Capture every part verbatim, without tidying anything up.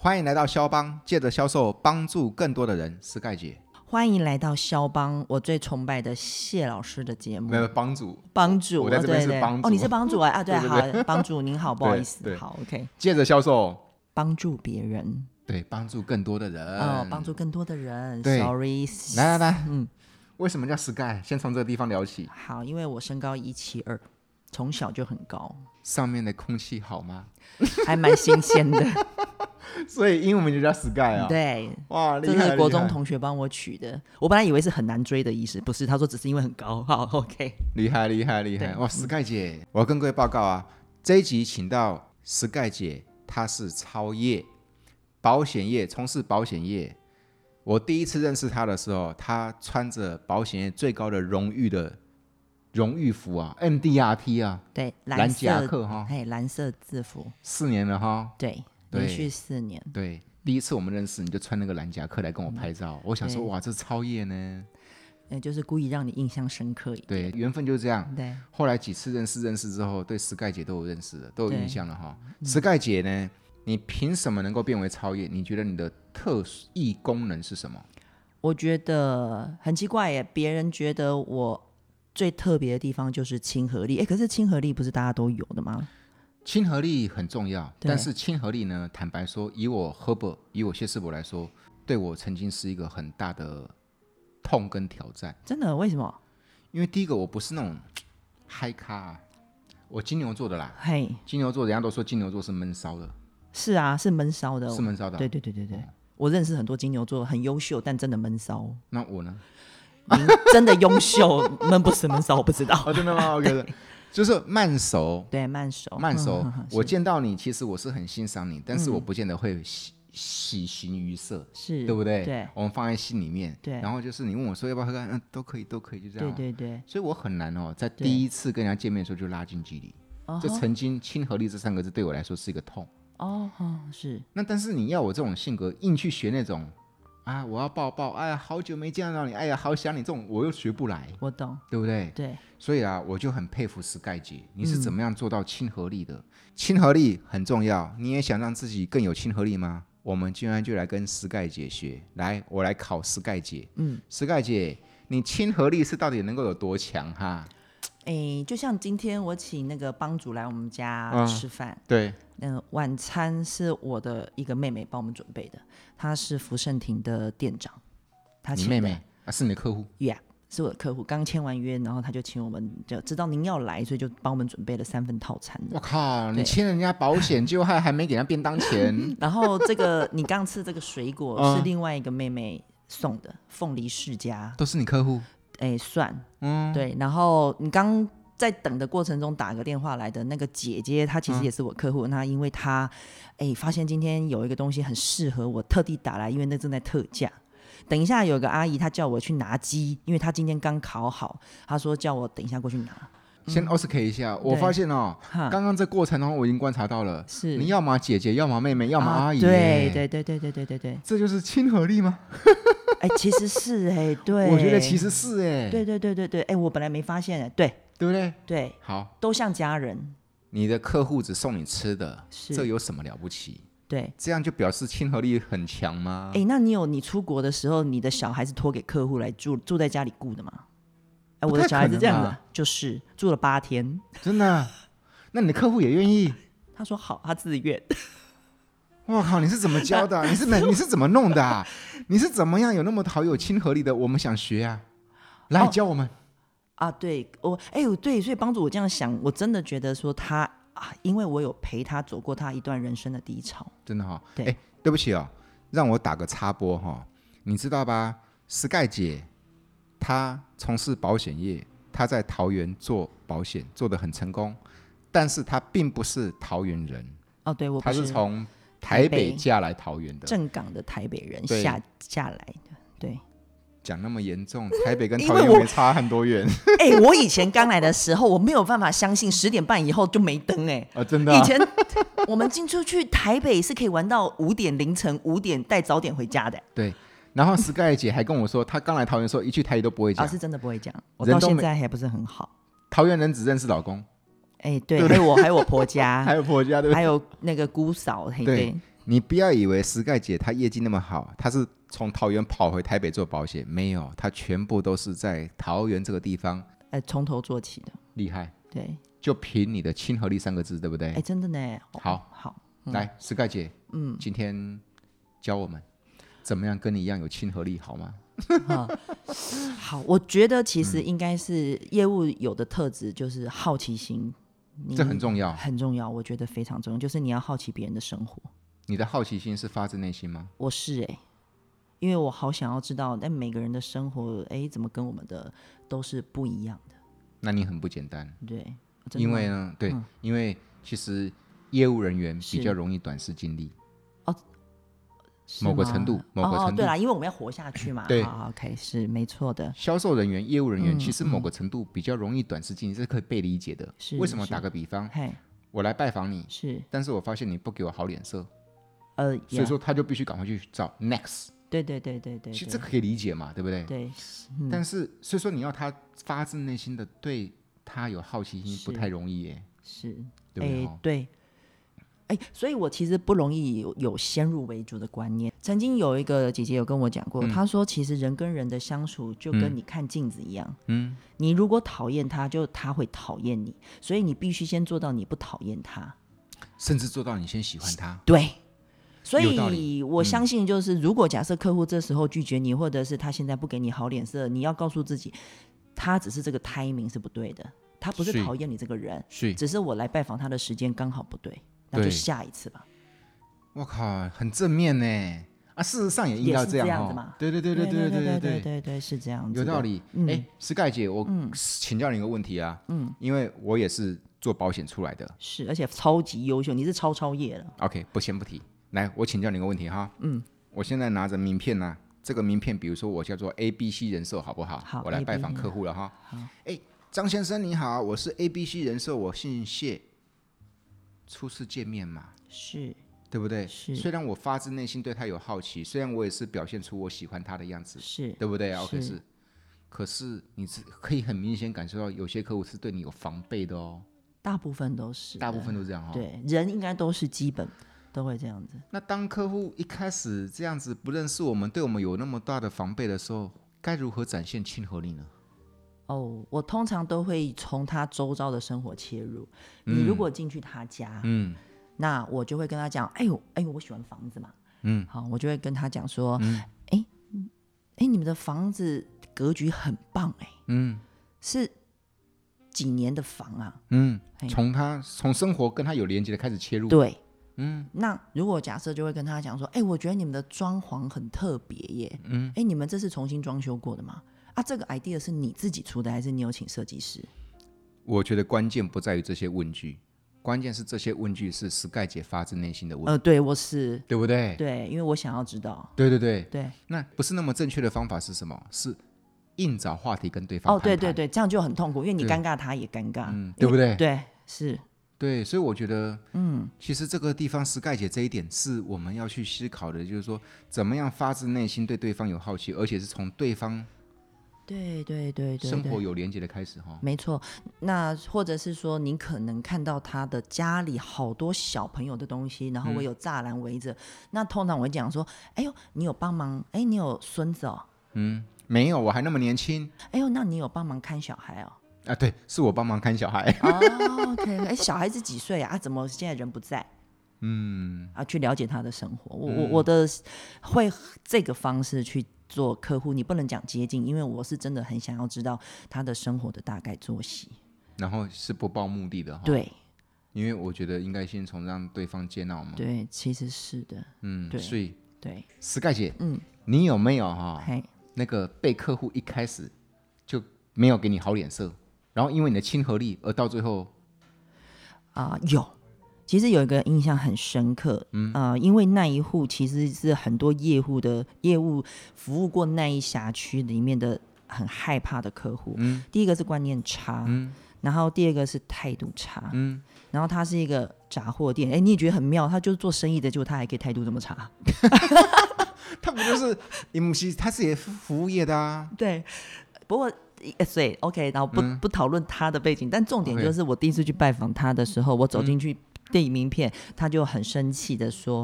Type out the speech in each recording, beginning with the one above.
欢迎来到销帮，借着销售帮助更多的人。是盖姐， 欢迎来到销帮，我最崇拜的谢老师的节目。 没有帮主， 帮主， 我在这边是帮主。 哦，你是帮主啊？啊，对， 对对对好，帮主您好，不好意思，好 ，OK。 借着销售， 帮助别人， 对，帮助更多的人， 哦，帮助更多的人。 对 Sorry， 来来来， 嗯， 为什么叫 Sky？ 先从这个地方聊起。 好，因为我身高一七二，从小就很高， 上面的空气好吗？ 还蛮新鲜的。 所以英文名就叫 Sky 啊。 对， 哇， 这是国中同学帮我取的。我本来以为是很难追的意思，不是，他说只是因为很高。好 ，OK。 厉害厉害厉害！哇 ，Sky 姐，我要跟各位报告啊，这一集请到 Sky 姐，她是超业保险业，从事保险业。我第一次认识她的时候，她穿着保险业最高的荣誉的荣誉服啊 ，M D R T 啊， 对， 蓝色夹克哈， 嘿，蓝色制服， 四年了哈， 对， 对连续四年。 对，第一次我们认识，你就穿那个蓝夹克来跟我拍照，嗯、我想说，哇，这超业呢。 嗯，就是故意让你印象深刻一点。 对，缘分就是这样。 对， 后来几次认识认识之后，对Sky姐都有认识了，都有印象了哈。Sky姐呢，你凭什么能够变为超业？你觉得你的特异功能是什么？ 我觉得很奇怪耶，别人觉得我最特别的地方就是亲和力，哎，可是亲和力不是大家都有的吗？ 亲和力很重要，但是亲和力呢，坦白说，以我 Herbert， 以我谢世博来说，对我曾经是一个很大的痛跟挑战。 真的？为什么？ 因为第一个，我不是那种嗨咖、啊，我金牛座的啦。 嘿， 金牛座人家都说金牛座是闷骚的。 是啊，是闷骚的， 是闷骚的、啊。 对对对对对、哦，我认识很多金牛座，很优秀，但真的闷骚。 那我呢？ 您真的优秀，闷不是闷骚，我不知道。 哦，真的吗 ？OK 的。就是慢熟， 对，慢熟， 慢熟。 呵呵呵我见到你，其实我是很欣赏你，但是我不见得会喜、嗯、喜形于色， 是， 对不对？ 对， 我们放在心里面。 对。 然后就是你问我说要不要喝干，嗯，都可以，都可以，就这样。 对对对。 所以我很难哦，在第一次跟人家见面的时候就拉近距离。这曾经亲和力这三个字对我来说是一个痛。 哦，是。 那但是你要我这种性格，硬去学那种。啊！我要抱抱，哎呀，好久没见到你，哎呀，好想你，这种我又学不来， 我懂， 对不对？ 对， 所以啊，我就很佩服Sky姐，你是怎么样做到亲和力的？嗯、亲和力很重要，你也想让自己更有亲和力吗？我们今天就来跟Sky姐学，来，我来考Sky姐。嗯，Sky姐，你亲和力是到底能够有多强哈？ 哎，就像今天我请那个帮主来我们家吃饭，嗯、 对。 嗯，晚餐是我的一个妹妹帮我们准备的，她是福盛亭的店长，她请的。 你妹妹啊，是你的客户 ？Yeah， 是我的客户，刚签完约，然后她就请我们，就知道您要来，所以就帮我们准备了三份套餐。 我靠，你签人家保险，结果还还没给人家便当钱。 然后这个你刚吃这个水果是另外一个妹妹送的，凤梨世家， 都是你客户？ 哎，算，嗯，对。然后你刚在等的过程中打个电话来的那个姐姐，她其实也是我客户。那、嗯、因为她哎发现今天有一个东西很适合我，特地打来，因为那正在特价。等一下有个阿姨她叫我去拿鸡，因为她今天刚烤好，她说叫我等一下过去拿。 先 O S K 一下，嗯、我发现哦，刚刚这过程中我已经观察到了， 是你要么姐姐，要么妹妹，要么阿姨、 啊。对对对对对对对对， 这就是亲和力吗？ 哎，其实是哎，对， 我觉得其实是哎， 对对对对对，哎，我本来没发现哎，对。 对不对？ 对， 好， 都像家人。 你的客户只送你吃的，这有什么了不起？ 对， 这样就表示亲和力很强吗？ 哎，那你有你出国的时候，你的小孩是托给客户来住，住在家里顾的吗？哎，我的小孩是这样的，就是住了八天， 真的？那你的客户也愿意？ 他说好，他自愿。 我靠，你是怎么教的、啊？你是你是怎么弄的、啊？你是怎么样有那么好有亲和力的？我们想学啊，来、哦、教我们。 啊，对我，哎呦，对，所以帮助我这样想，我真的觉得说他啊，因为我有陪他走过他一段人生的低潮， 真的哈、哦。 对， 哎，对不起哦，让我打个插播哈、哦，你知道吧 ？Sky 姐她从事保险业，她在桃园做保险做得很成功，但是她并不是桃园人。 哦，对，我不是， 她是从台北嫁来桃园的， 正港的台北人下下来的，对。 讲那么严重，台北跟桃园没差很多远。 哎、欸，我以前刚来的时候，我没有办法相信十点半以后就没灯哎、欸啊，真的、啊。 以前我们进出去台北是可以玩到五点凌晨五点带早点回家的、欸。 对，然后 Sky 姐还跟我说，她刚来桃园的时候一句台语都不会讲、 啊，是真的不会讲。我到现在还不是很好。 桃园人只认识老公。 哎、欸，对，还有我，还有我婆家， 还有婆家，对， 还有那个姑嫂，嘿，对。 你不要以为石盖姐她业绩那么好，她是从桃园跑回台北做保险，没有，她全部都是在桃园这个地方， 哎，从头做起的， 厉害。 对， 就凭你的亲和力三个字，对不对？ 哎，真的呢。 好， 好， 嗯、来，石盖姐，嗯，今天教我们怎么样跟你一样有亲和力，好吗？ 好，我觉得其实应该是业务有的特质就是好奇心， 这很重要， 很重要，我觉得非常重要，就是你要好奇别人的生活。 你的好奇心是发自内心吗？ 我是哎、欸，因为我好想要知道，但每个人的生活，哎，怎么跟我们的都是不一样的。 那你很不简单， 对， 因为呢，对、嗯，因为其实业务人员比较容易短视近利。哦，某个程度，某个程度， 哦，对啦，因为我们要活下去嘛。 对 ，OK， 是没错的。 销售人员、业务人员、嗯、其实某个程度比较容易短视近利，这是可以被理解的。 是为什么？打个比方，我来拜访你， 是， 但是我发现你不给我好脸色。 呃， 所以说他就必须赶快去找 next。 对对对对 对， 其实这个可以理解嘛，对不对？ 对。 嗯、但是所以说你要他发自内心的对他有好奇心，不太容易耶。 是， 对不对？ 欸、对。哎，所以我其实不容易有有先入为主的观念。曾经有一个姐姐有跟我讲过，嗯、她说其实人跟人的相处就跟你看镜子一样，嗯，你如果讨厌他，就他会讨厌你，所以你必须先做到你不讨厌他， 甚至做到你先喜欢他。 对。所以我相信就是、嗯、如果假设客户这时候拒绝你，或者是他现在不给你好脸色，你要告诉自己他只是这个 timing 是不对的，他不是讨厌你这个人，是只是我来拜访他的时间刚好不对，那就下一次吧。 我靠，很正面呢啊！事实上也应该这样， 也是这样子嘛。 对对对对对对对对对对对，是这样子， 有道理。哎、嗯，石盖姐，我请教你一个问题啊，嗯，因为我也是做保险出来的， 是，而且超级优秀，你是超超业了。 OK， 不先不提。来，我请教你一个问题哈。嗯，我现在拿着名片呢、啊，这个名片，比如说我叫做 A B C 人寿，好不好？ 好， 我来拜访客户了哈。好，哎，张先生你好，我是 A B C 人寿，我姓谢。初次见面嘛， 是， 对不对？ 是。 虽然我发自内心对他有好奇，虽然我也是表现出我喜欢他的样子， 是， 对不对 ？OK 是。可是你是可以很明显感受到，有些客户是对你有防备的哦。 大部分都是， 大部分都这样哈、哦。 对，人应该都是基本。都会这样子。 那当客户一开始这样子不认识我们，对我们有那么大的防备的时候，该如何展现亲和力呢？ 哦，我通常都会从他周遭的生活切入。嗯、你如果进去他家，嗯，那我就会跟他讲，哎呦，哎呦，我喜欢房子嘛，嗯，好，我就会跟他讲说，嗯，哎，哎，你们的房子格局很棒，哎，嗯，是几年的房啊？ 嗯，从他从生活跟他有连接的开始切入， 对。嗯，那如果假设就会跟他讲说，哎、欸，我觉得你们的装潢很特别耶，嗯，哎、欸，你们这是重新装修过的吗？啊，这个 idea 是你自己出的，还是你有请设计师？ 我觉得关键不在于这些问句，关键是这些问句是Sky姐发自内心的问。 呃，对，我是， 对不对？ 对，因为我想要知道。 对对对对。 那不是那么正确的方法是什么？是硬找话题跟对方哦，对对对，这样就很痛苦，因为你尴尬，他也尴尬， 嗯，对不对？ 对，是。 对，所以我觉得，嗯，其实这个地方Sky姐这一点是我们要去思考的，就是说，怎么样发自内心对对方有好奇，而且是从对方， 对对对对， 生活有连接的开始哈。 没错，那或者是说，你可能看到他的家里好多小朋友的东西，然后我有栅栏围着，嗯、那通常我会讲说，哎呦，你有帮忙？哎，你有孙子哦？ 嗯，没有，我还那么年轻。 哎呦，那你有帮忙看小孩哦？ 啊，对，是我帮忙看小孩。 哦 ，OK， 哎，小孩子几岁啊？啊，怎么现在人不在？嗯，啊，去了解他的生活。我、嗯、我我的会这个方式去做客户，你不能讲接近，因为我是真的很想要知道他的生活的大概作息。 然后是不抱目的的哈。 对， 因为我觉得应该先从让对方接纳嘛。 对，其实是的。 嗯，对，所以对 ，Sky姐，嗯，你有没有哈、哦、那个被客户一开始就没有给你好脸色？然后因为你的亲和力，而到最后啊、呃、有，其实有一个印象很深刻，嗯啊、呃，因为那一户其实是很多业户的业务服务过那一辖区里面的很害怕的客户，嗯，第一个是观念差，嗯，然后第二个是态度差，嗯，然后他是一个杂货店，哎，你也觉得很妙，他就是做生意的，结果他还可以态度这么差， 他不就是也不是他是也服务业的啊， 对，不过。对 ，OK， 然后不、嗯、不讨论他的背景，但重点就是我第一次去拜访他的时候， okay. 我走进去递名片，他就很生气的说：“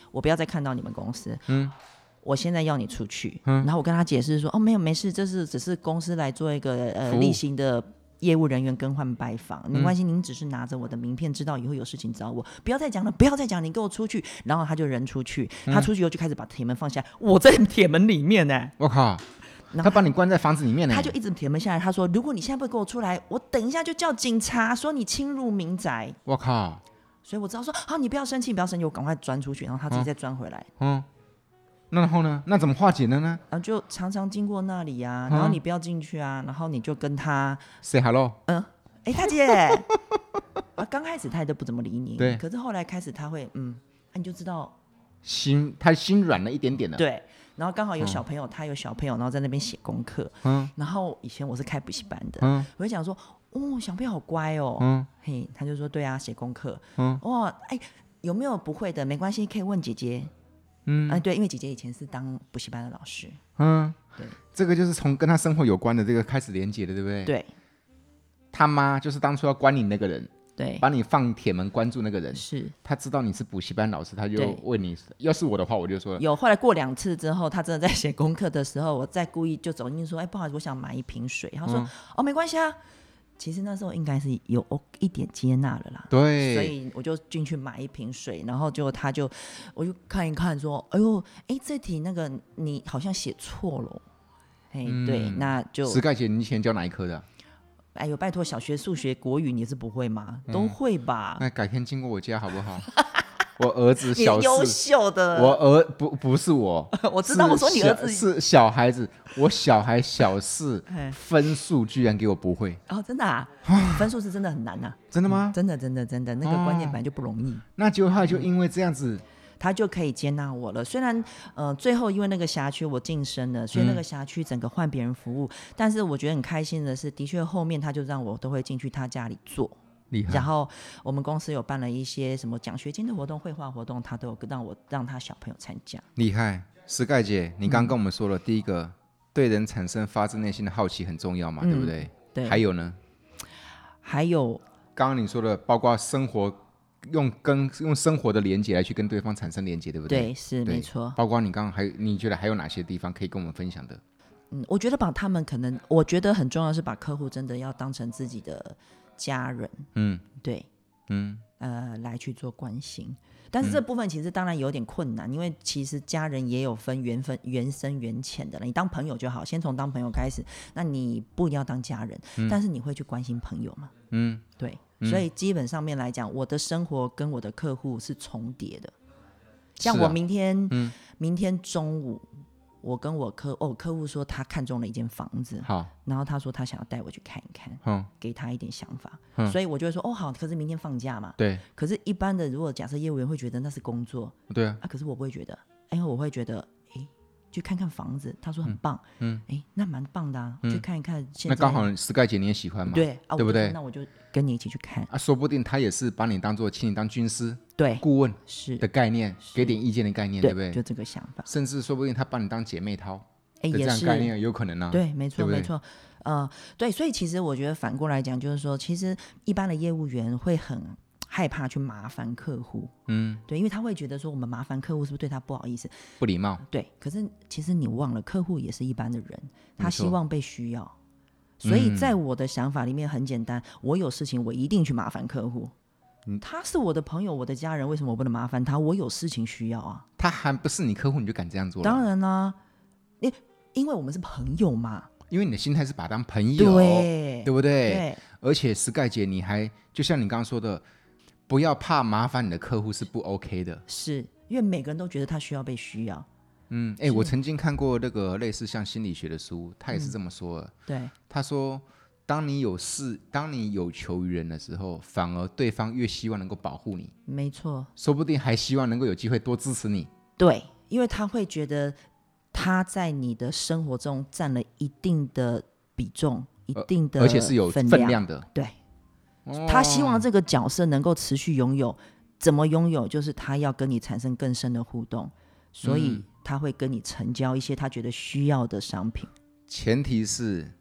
我不要再看到你们公司， 嗯， 我现在要你出去， 嗯， 然后我跟他解释说，哦，没有没事，这是只是公司来做一个呃例行的业务人员更换拜访，没关系，您只是拿着我的名片，知道以后有事情找我，不要再讲了，不要再讲，你给我出去。然后他就人出去，他出去后就开始把铁门放下来，我在铁门里面呢、欸， 我靠，他把你关在房子里面呢、欸， 他就一直铁门下来，他说，如果你现在不给我出来，我等一下就叫警察说你侵入民宅。 我靠！ 所以我知道说，好，你不要生气，不要生气，我赶快钻出去，然后他自己再钻回来。 嗯，那然后呢？那怎么化解的呢？ 然后就常常经过那里啊，然后你不要进去啊，然后你就跟他 say hello。 嗯，哎，大姐，啊，刚开始他也都不怎么理你， 对， 可是后来开始他会，嗯，啊、你就知道心他心软了一点点了。 对，然后刚好有小朋友，嗯、他有小朋友，然后在那边写功课。嗯，然后以前我是开补习班的，嗯，我就讲说，哦，小朋友好乖哦，嗯，嘿，他就说对啊，写功课，嗯，哇，哎，有没有不会的？没关系，可以问姐姐。嗯，哎，对，因为姐姐以前是当补习班的老师。嗯，对， 这个就是从跟他生活有关的这个开始连接的，对不对？ 对， 他妈就是当初要关你那个人。 对， 把你放铁门关住那个人， 是他知道你是补习班老师，他就问你。要是我的话，我就说了有。后来过两次之后，他真的在写功课的时候，我再故意就走进去说：“哎，不好意思，我想买一瓶水。”他说：“嗯、哦，没关系啊。”其实那时候应该是有一点接纳了啦， 对， 所以我就进去买一瓶水，然后就他就我就看一看说：“哎呦，哎，这题那个你好像写错了。”哎，嗯、对，那就石盖姐，你以前教哪一科的、啊？ 哎呦，拜托，小学数学、国语你是不会吗？嗯、都会吧？ 那改天经过我家好不好？我儿子小四， 优秀的。 我儿不不是我， 我知道。我说你儿子是小孩子，我小孩小四，分数居然给我不会。 哦，真的啊？分数是真的很难啊。 真的吗？ 嗯、真的真的真的，那个观念本来就不容易。哦、 那结果他就因为这样子。嗯他就可以接纳我了。虽然，呃，最后因为那个辖区我晋升了，所以那个辖区整个换别人服务、嗯，但是我觉得很开心的是，的确后面他就让我都会进去他家里做。 厉害。 然后我们公司有办了一些什么奖学金的活动、绘画活动，他都有让我让他小朋友参加。 厉害，石盖姐，你刚刚跟我们说了，嗯、第一个对人产生发自内心的好奇很重要嘛，嗯、对不对？ 对。 还有呢？ 还有刚刚你说的，包括生活。用跟用生活的连接来去跟对方产生连接，对不对？ 对，是没错。 包括你刚刚还你觉得还有哪些地方可以跟我们分享的？ 嗯，我觉得把他们可能，我觉得很重要的是把客户真的要当成自己的家人。嗯，对，嗯，呃，来去做关心。但是这部分其实当然有点困难，嗯、因为其实家人也有分缘分、缘深缘浅的了。你当朋友就好，先从当朋友开始。那你不一定要当家人，嗯、但是你会去关心朋友嘛？嗯，对。所以基本上面来讲，我的生活跟我的客户是重叠的。像我明天，啊嗯、明天中午，我跟我客哦客户说他看中了一间房子，好，然后他说他想要带我去看一看，嗯、给他一点想法，嗯、所以我就会说哦好，可是明天放假嘛， 对。 可是一般的，如果假设业务员会觉得那是工作， 对啊， 啊可是我不会觉得，因为我会觉得。去看看房子，他说很棒，嗯，哎、嗯，那蛮棒的啊，嗯、去看一看现在。 那刚好石盖姐你也喜欢嘛， 对，啊、 对不对？ 那我就跟你一起去看啊，说不定他也是把你当做请你当军师， 对， 顾问是的概念，给点意见的概念， 对, 对不对？ 就这个想法， 甚至说不定他把你当姐妹淘， 哎， 这样概念有可能啊， 对，没错， 对对没错，呃，对，所以其实我觉得反过来讲，就是说，其实一般的业务员会很。害怕去麻烦客户，嗯，对，因为他会觉得说我们麻烦客户是不是对他不好意思、 不礼貌？ 对，可是其实你忘了，客户也是一般的人，他希望被需要，所以在我的想法里面很简单，我有事情我一定去麻烦客户。嗯、他是我的朋友，我的家人，为什么我不能麻烦他？我有事情需要啊。 他还不是你客户，你就敢这样做了？ 当然啦、啊，因因为我们是朋友嘛。 因为你的心态是把他当朋友， 对， 对不对？ 对。而且石盖姐，你还就像你刚刚说的。不要怕麻烦你的客户是不 OK 的， 是因为每个人都觉得他需要被需要。 嗯，哎、欸，我曾经看过那个类似像心理学的书，他也是这么说的。嗯、 对， 他说，当你有事，当你有求于人的时候，反而对方越希望能够保护你。 没错， 说不定还希望能够有机会多支持你。 对，因为他会觉得他在你的生活中占了一定的比重，一定的而且是有分量的。 对。他希望这个角色能够持续拥有，怎么拥有？就是他要跟你产生更深的互动，所以他会跟你成交一些他觉得需要的商品。 前提是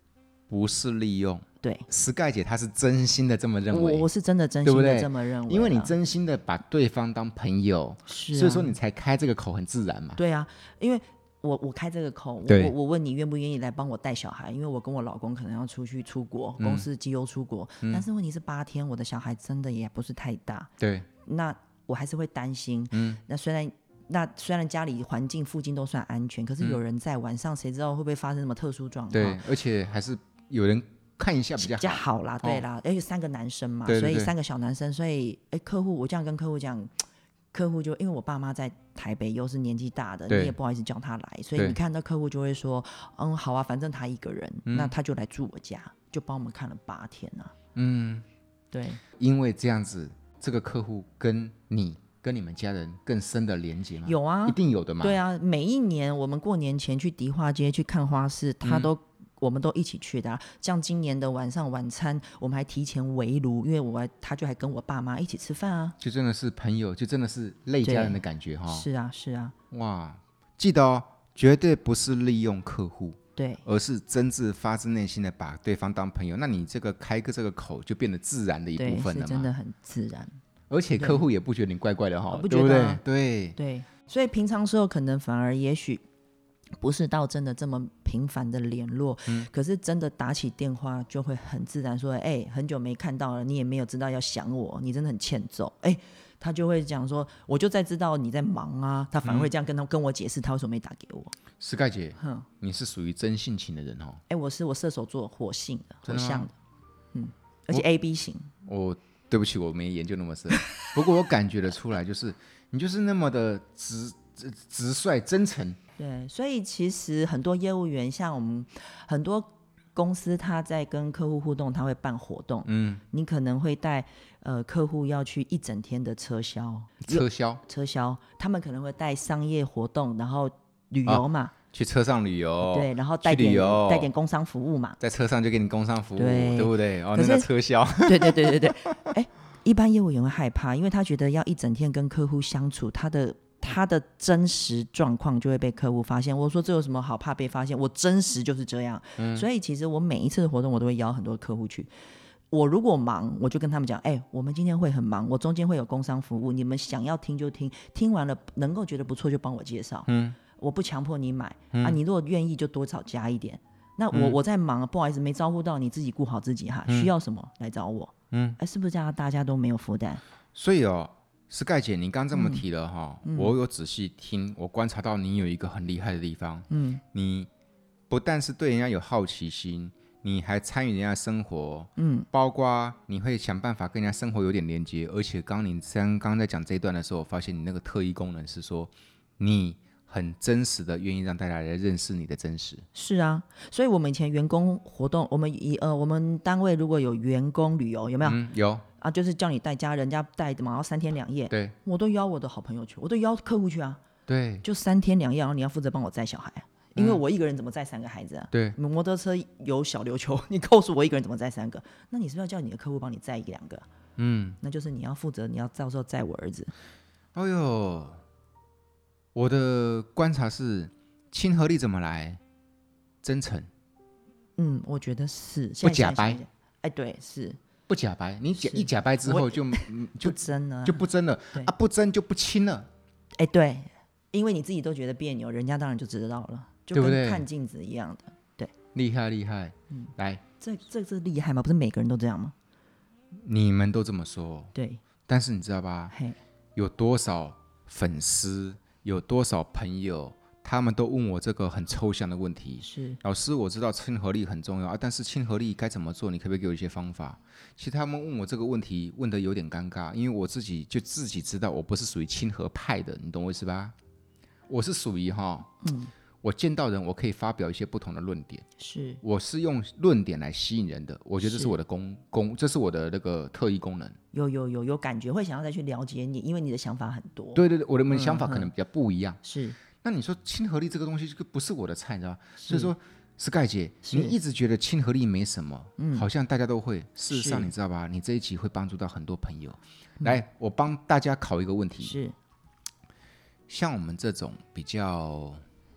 不是利用。 对 ，Sky 姐她是真心的这么认为， 我我是真的真心的这么认为， 因为你真心的把对方当朋友， 是、啊， 所以说你才开这个口，很自然嘛。 对啊，因为我我开这个口，我我我问你愿不愿意来帮我带小孩，因为我跟我老公可能要出去出国，嗯、公司绩优出国、嗯，但是问题是八天，我的小孩真的也不是太大， 对， 那我还是会担心，嗯，那虽然。那虽然家里环境附近都算安全，可是有人在、嗯、晚上，谁知道会不会发生什么特殊状况？ 对，而且还是有人看一下比较好， 比较好啦，对啦，而且、哦、三个男生嘛， 对对对， 所以三个小男生，所以哎，客户我这样跟客户讲，客户就因为我爸妈在台北，又是年纪大的，你也不好意思叫他来，所以你看到客户就会说，嗯，好啊，反正他一个人，嗯、那他就来住我家，就帮我们看了八天啊。嗯，对， 因为这样子，这个客户跟你。跟你们家人更深的连结吗？ 有啊， 一定有的嘛。 对啊，每一年我们过年前去迪化街去看花市，他都、嗯、我们都一起去的、啊。像今年的晚上晚餐，我们还提前围炉，因为我他就还跟我爸妈一起吃饭啊。 就真的是朋友，就真的是类家人的感觉哈。 是啊，是啊。 哇，记得哦，绝对不是利用客户， 对， 而是真挚发自内心的把对方当朋友。那你这个开个这个口，就变得自然的一部分了嘛。 是真的很自然。 而且客户也不觉得你怪怪的哈， 不觉得、啊、 对不对？ 对对，所以平常时候可能反而也许不是到真的这么频繁的联络、嗯，可是真的打起电话就会很自然说，哎、欸，很久没看到了，你也没有知道要想我，你真的很欠揍，哎、欸，他就会讲说，我就在知道你在忙啊，他反而会这样跟他、嗯、跟我解释他为什么没打给我。 Sky 姐，你是属于真性情的人哦。 哎、欸，我是我射手座，火性的，火象的，嗯，而且 A B 型。 我。我对不起，我没研究那么深，不过我感觉得出来，就是你就是那么的直直直率、真诚。 对，所以其实很多业务员，像我们很多公司，他在跟客户互动，他会办活动，嗯，你可能会带呃客户要去一整天的车销， 车销， 车销，他们可能会带商业活动，然后旅游嘛。啊去车上旅游， 对，然后带点带点工商服务嘛， 在车上就给你工商服务， 对， 对不对？哦，那个车销， 对对对对对。哎，一般业务员会害怕，因为他觉得要一整天跟客户相处，他的他的真实状况就会被客户发现。我说这有什么好怕被发现？我真实就是这样。嗯、所以其实我每一次的活动，我都会邀很多客户去。我如果忙，我就跟他们讲，哎、欸，我们今天会很忙，我中间会有工商服务，你们想要听就听，听完了能够觉得不错就帮我介绍。嗯。我不强迫你买、嗯、啊，你如果愿意就多少加一点。那我、嗯、我在忙，不好意思没招呼到你，自己顾好自己哈、嗯。需要什么来找我？嗯，哎，是不是这样大家都没有负担？ 所以哦，Sky 姐，你刚这么提了哈、嗯，我有仔细听，我观察到你有一个很厉害的地方，嗯，你不但是对人家有好奇心，你还参与人家生活，嗯，包括你会想办法跟人家生活有点连接，而且刚你刚刚在讲这一段的时候，我发现你那个特异功能是说你。很真实的愿意让大家来认识你的真实。 是啊，所以我们以前员工活动，我们以呃我们单位如果有员工旅游，有没有？ 嗯，有啊，就是叫你带家人家带嘛，然后三天两夜。 对， 我都邀我的好朋友去，我都邀客户去啊。 对， 就三天两夜，然后你要负责帮我载小孩，因为我一个人怎么载三个孩子啊？ 对， 摩托车有小琉球，你告诉我一个人怎么载三个？那你是不是要叫你的客户帮你载一两个？嗯，那就是你要负责，你要到时候载我儿子。 哎呦。我的观察是，亲和力怎么来？真诚。 嗯，我觉得是不假掰。 哎，对，是不假掰。你假一假掰之后就就不真了， 就不真了啊！不真就不亲了。 哎，对，因为你自己都觉得别扭，人家当然就知道了，就跟看镜子一样的。对， 厉害厉害。嗯，来， 这这这厉害吗？不是每个人都这样吗？ 你们都这么说。 对， 但是你知道吧？嘿，有多少粉丝？有多少朋友，他们都问我这个很抽象的问题。 是老师，我知道亲和力很重要啊，但是亲和力该怎么做？你可不可以给我一些方法？其实他们问我这个问题，问得有点尴尬，因为我自己就自己知道，我不是属于亲和派的，你懂我意思吧？我是属于哈，嗯，我见到人，我可以发表一些不同的论点。 是， 我是用论点来吸引人的，我觉得这是我的功功，这是我的那个特异功能。 有有有有感觉，会想要再去了解你，因为你的想法很多。 对对对，我的想法可能比较不一样。 嗯、是， 那你说亲和力这个东西，这个不是我的菜，你知道吗？所以说 ，Sky 姐，你一直觉得亲和力没什么，嗯，好像大家都会。事实上，你知道吧？你这一集会帮助到很多朋友。嗯、来，我帮大家考一个问题。 是， 像我们这种比较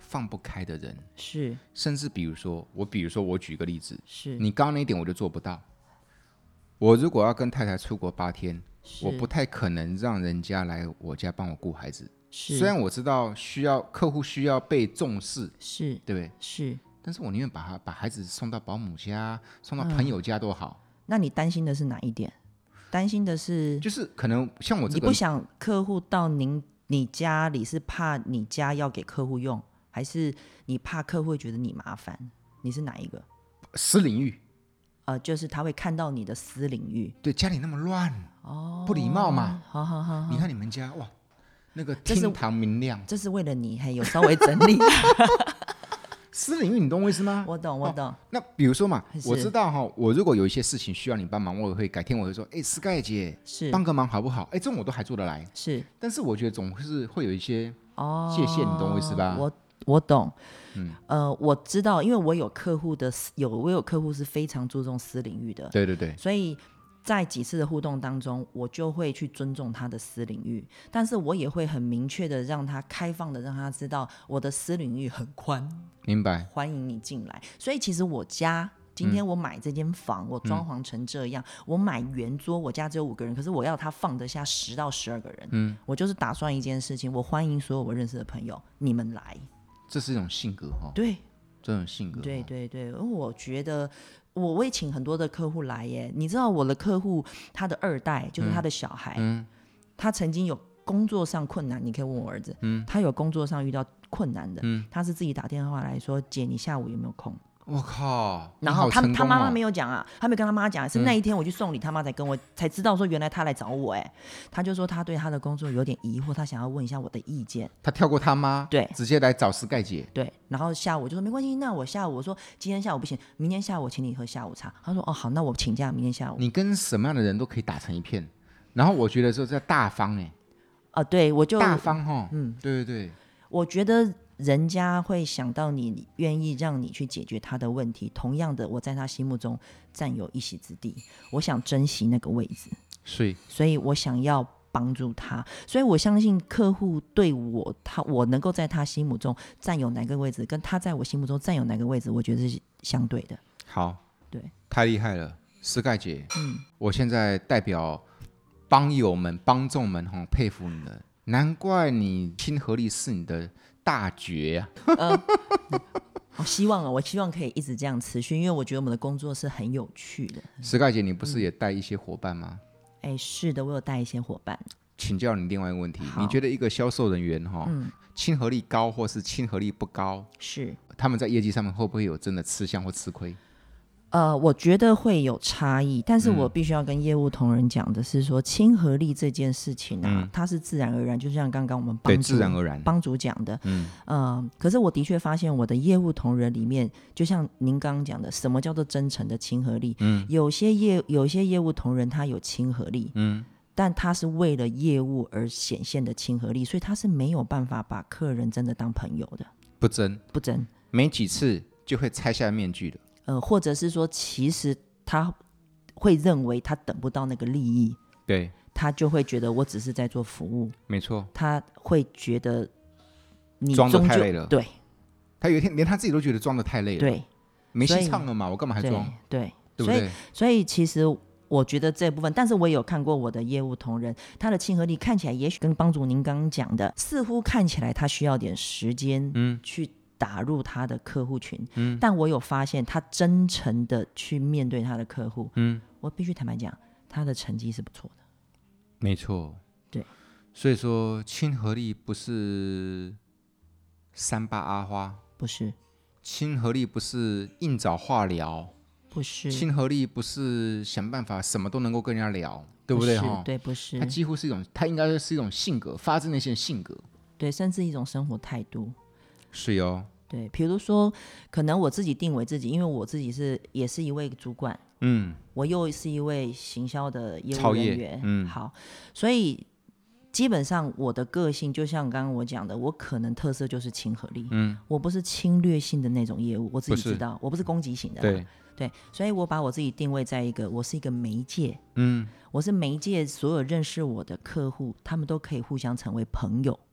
放不开的人， 是， 甚至比如说我，比如说我举个例子， 是你刚刚那一点我就做不到。我如果要跟太太出国八天，我不太可能让人家来我家帮我顾孩子。虽然我知道需要客户需要被重视， 是， 对不对？ 是， 但是我宁愿把他把孩子送到保姆家，送到朋友家多好。 嗯、那你担心的是哪一点？担心的是， 就是可能像我这个， 你不想客户到您你家里，是怕你家要给客户用，还是你怕客户会觉得你麻烦？你是哪一个？ 私领域。 呃，就是他会看到你的私领域。 对，家里那么乱， 哦， 不礼貌嘛。 好好好， 你看你们家哇，那个厅堂明亮， 这是为了你，还有稍微整理。 私领域，你懂我意思吗？ 我懂，我懂。 哦、那比如说嘛，我知道哈，我如果有一些事情需要你帮忙，我也会改天我会说，哎 ，Sky 姐， 是帮个忙好不好？哎，这种我都还做得来。 是， 但是我觉得总是会有一些界限，哦、你懂我意思吧？ 我我懂。 嗯， 呃，我知道，因为我有客户的有我有客户是非常注重私领域的。 对对对。 所以在几次的互动当中，我就会去尊重他的私领域，但是我也会很明确的让他开放的让他知道我的私领域很宽， 明白， 欢迎你进来。所以其实我家今天我买这间房、嗯、我装潢成这样、嗯、我买圆桌，我家只有五个人，可是我要他放得下十到十二个人。嗯，我就是打算一件事情，我欢迎所有我认识的朋友，你们来。 这是一种性格哈。 对， 这种性格。 对对对，我觉得我会请很多的客户来耶。你知道我的客户他的二代就是他的小孩、嗯、他曾经有工作上困难，你可以问我儿子、嗯、他有工作上遇到困难的、嗯、他是自己打电话来说，姐你下午有没有空？ 我靠！ 然后他、哦、他妈妈没有讲啊，他没有跟他妈讲，是那一天我去送礼，他妈才跟我才知道说原来他来找我。哎，他就说他对他的工作有点疑惑，他想要问一下我的意见。 他跳过他妈， 对， 直接来找Sky姐。 对，然后下午就说没关系，那我下午我说今天下午不行，明天下午我请你喝下午茶。他说哦好，那我请假明天下午。 你跟什么样的人都可以打成一片，然后我觉得说这大方哎、欸， 啊、呃、对，我就大方哈，嗯，对对对， 我觉得。人家会想到你，愿意让你去解决他的问题。同样的，我在他心目中占有一席之地，我想珍惜那个位置， 所以， 所以我想要帮助他。所以我相信客户对我，他我能够在他心目中占有哪个位置，跟他在我心目中占有哪个位置，我觉得是相对的。 好， 对， 太厉害了，Sky姐，嗯，我现在代表帮友们、帮众们哈，佩服你了。难怪你亲和力是你的大绝呀、啊！ 呃，我希望啊，我希望可以一直这样持续，因为我觉得我们的工作是很有趣的。 Sky姐，你不是也带一些伙伴吗？ 哎、嗯，是的，我有带一些伙伴。 请教你另外一个问题，你觉得一个销售人员哈、嗯，亲和力高或是亲和力不高， 是他们在业绩上面会不会有真的吃香或吃亏？ 呃，我觉得会有差异，但是我必须要跟业务同仁讲的是说，亲和力这件事情啊，嗯、它是自然而然，就像刚刚我们帮主自然而然帮主讲的，嗯，呃，可是我的确发现我的业务同仁里面，就像您刚刚讲的，什么叫做真诚的亲和力？嗯，有些业有些业务同仁他有亲和力，嗯，但他是为了业务而显现的亲和力，所以他是没有办法把客人真的当朋友的， 不真不真， 没几次就会拆下面具的。 呃，或者是说，其实他会认为他等不到那个利益， 对， 他就会觉得我只是在做服务， 没错， 他会觉得你装得太累了， 对， 他有一天连他自己都觉得装得太累了， 对， 没戏唱了嘛，我干嘛还装？ 对， 对，对不对？ 所以，所以其实我觉得这部分，但是我也有看过我的业务同仁，他的亲和力看起来也许跟帮主您刚刚讲的，似乎看起来他需要点时间，嗯，去打入他的客户群、嗯、但我有发现他真诚的去面对他的客户、嗯、我必须坦白讲他的成绩是不错的， 没错， 对， 所以说亲和力不是三八阿花， 不是， 亲和力不是硬找话聊， 不是， 亲和力不是想办法什么都能够跟人家聊，对不对？ 不是，对，不是， 它几乎是一种，它应该是一种性格，发自内心的性格， 对，甚至一种生活态度， 是哦， 对，比如说，可能我自己定为自己，因为我自己是也是一位主管，嗯，我又是一位行销的业务人员，嗯，好，所以基本上我的个性就像刚刚我讲的，我可能特色就是亲和力，嗯，我不是侵略性的那种业务，我自己知道，我不是攻击型的， 对对，所以我把我自己定位在一个，我是一个媒介，嗯，我是媒介，所有认识我的客户，他们都可以互相成为朋友。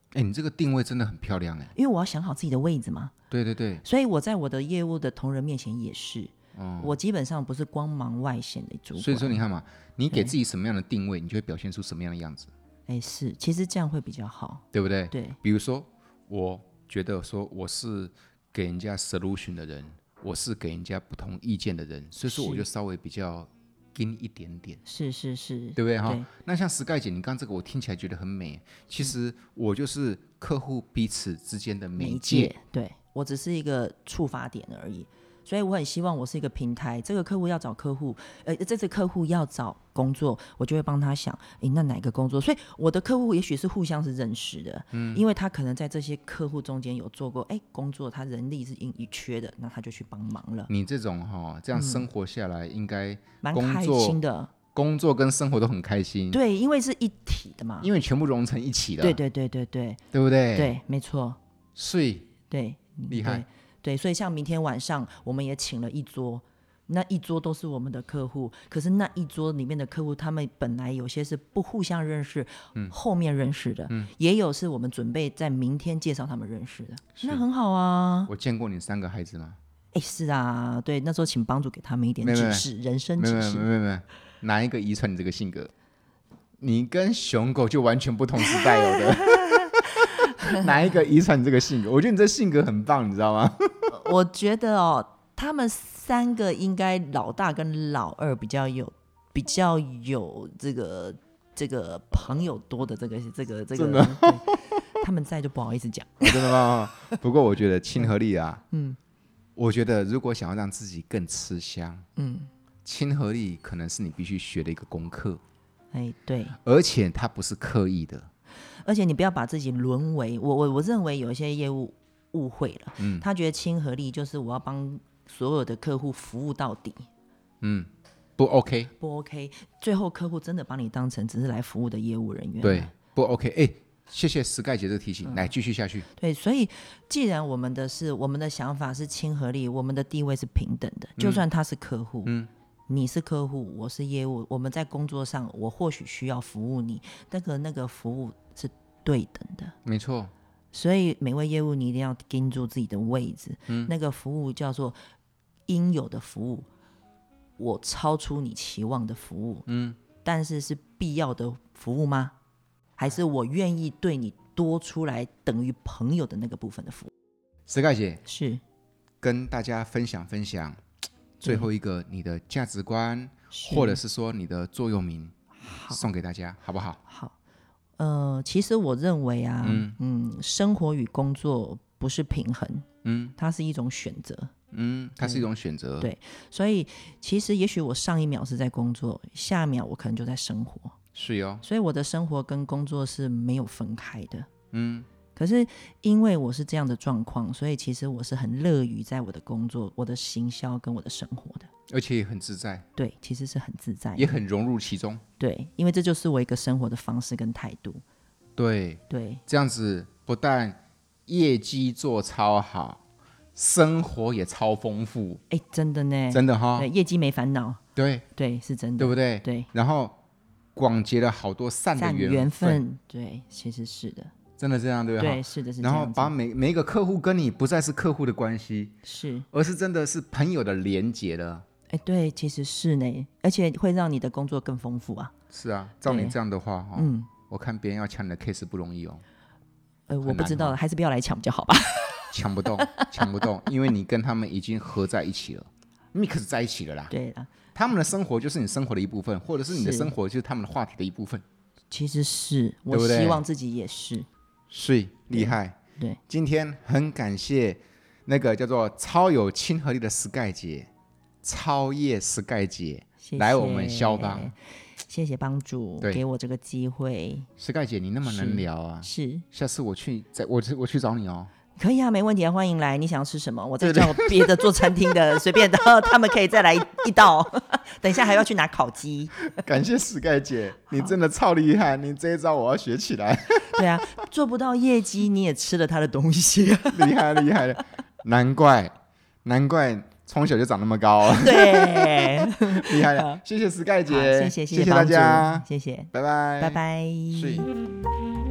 哎，你这个定位真的很漂亮哎， 因为我要想好自己的位置嘛。 对对对， 所以我在我的业务的同仁面前也是，嗯、我基本上不是光芒外显的主管。 所以说你看嘛，你给自己什么样的定位，你就会表现出什么样的样子。 哎，是，其实这样会比较好， 对不对？ 对。 比如说，我觉得说我是给人家 solution 的人，我是给人家不同意见的人，所以说我就稍微比较硬一点点。 是是是， 对不对哈？那像 Sky 姐，你刚刚这个我听起来觉得很美。其实我就是客户彼此之间的媒介，媒介对。我只是一个触发点而已，所以我很希望我是一个平台。这个客户要找客户，呃，这次客户要找工作，我就会帮他想，诶，那哪个工作？所以我的客户也许是互相是认识的，嗯，因为他可能在这些客户中间有做过，诶，工作他人力是一缺的，那他就去帮忙了。 你这种哈、哦，这样生活下来应该蛮、嗯、开心的， 工作跟生活都很开心。 对，因为是一体的嘛， 因为全部融成一起的。 对对对对对， 对不对？ 对，没错。 所以对。 厉害。 对，对，所以像明天晚上我们也请了一桌，那一桌都是我们的客户，可是那一桌里面的客户他们本来有些是不互相认识、嗯、后面认识的、嗯、也有是我们准备在明天介绍他们认识的，那很好啊。 我见过你三个孩子吗？ 哎，是啊，对，那时候请帮主给他们一点指示，人生指示。 没有没有没有，哪一个遗传你这个性格？你跟熊狗就完全不同时代有的哪一个遗传你这个性格？我觉得你这性格很棒，你知道吗？ 我觉得哦，他们三个应该老大跟老二比较有比较有这个这个朋友多的这个这个这个，他们在就不好意思讲。 真的吗？不过我觉得亲和力啊，嗯，我觉得如果想要让自己更吃香，嗯，亲和力可能是你必须学的一个功课。 哎，对， 而且它不是刻意的。 而且你不要把自己沦为我我我认为有一些业务误会了，嗯，他觉得亲和力就是我要帮所有的客户服务到底， 嗯，不 OK， 不 OK， 最后客户真的把你当成只是来服务的业务人员， 对，不 OK。哎，谢谢Sky姐这个提醒，嗯、来继续下去。 对，所以既然我们的是我们的想法是亲和力，我们的地位是平等的，就算他是客户，嗯。你是客户，我是业务，我们在工作上，我或许需要服务你，那个那个服务是对等的， 没错。 所以每位业务你一定要盯住自己的位置，嗯，那个服务叫做应有的服务，我超出你期望的服务，嗯，但是是必要的服务吗？还是我愿意对你多出来等于朋友的那个部分的服务 ？Sky姐是跟大家分享分享。最后一个你的价值观，或者是说你的座右铭，送给大家好不好？ 好，呃，其实我认为啊，嗯嗯，生活与工作不是平衡，嗯，它是一种选择， 嗯，它是一种选择， 对，所以其实也许我上一秒是在工作，下一秒我可能就在生活， 是哦， 所以我的生活跟工作是没有分开的，嗯。可是因为我是这样的状况，所以其实我是很乐于在我的工作、我的行销跟我的生活的， 而且也很自在。 对，其实是很自在的， 也很融入其中。 对，因为这就是我一个生活的方式跟态度。 对对， 这样子不但业绩做超好，生活也超丰富。 哎，真的呢， 真的哈， 业绩没烦恼。 对对，是真的， 对不对？ 对。 然后广结了好多善的缘分。 缘分，对，其实是的。 真的这样对吧？ 对，是的，是这样。 然后把每每一个客户跟你不再是客户的关系， 是， 而是真的是朋友的连结了。 哎，对，其实是呢，而且会让你的工作更丰富啊。 是啊，照你这样的话，嗯，我看别人要抢你的 case 不容易哦。 呃，我不知道，还是不要来抢比较好吧。 抢不动，抢不动，因为你跟他们已经合在一起了 ，mix 在一起了啦。 对啊， 他们的生活就是你生活的一部分，或者是你的生活就是他们的话题的一部分。 其实是，我希望自己也是。 是厉害， 对，对， 今天很感谢那个叫做超有亲和力的 Sky 姐，超业 Sky 姐谢谢来我们销帮， 谢谢帮主给我这个机会。 Sky 姐你那么能聊啊， 是， 下次我去再我我去找你哦。 可以啊，没问题啊，欢迎来。你想要吃什么？我再叫别的做餐厅的随便，然后他们可以再来一道。等一下还要去拿烤鸡。 感谢Sky姐，你真的超厉害，你这一招我要学起来。 对啊，做不到业绩，你也吃了他的东西。 厉害厉害的，难怪难怪从小就长那么高。 对， 厉害的，谢谢Sky姐， 谢谢谢谢大家， 谢谢， 拜拜拜拜。 是。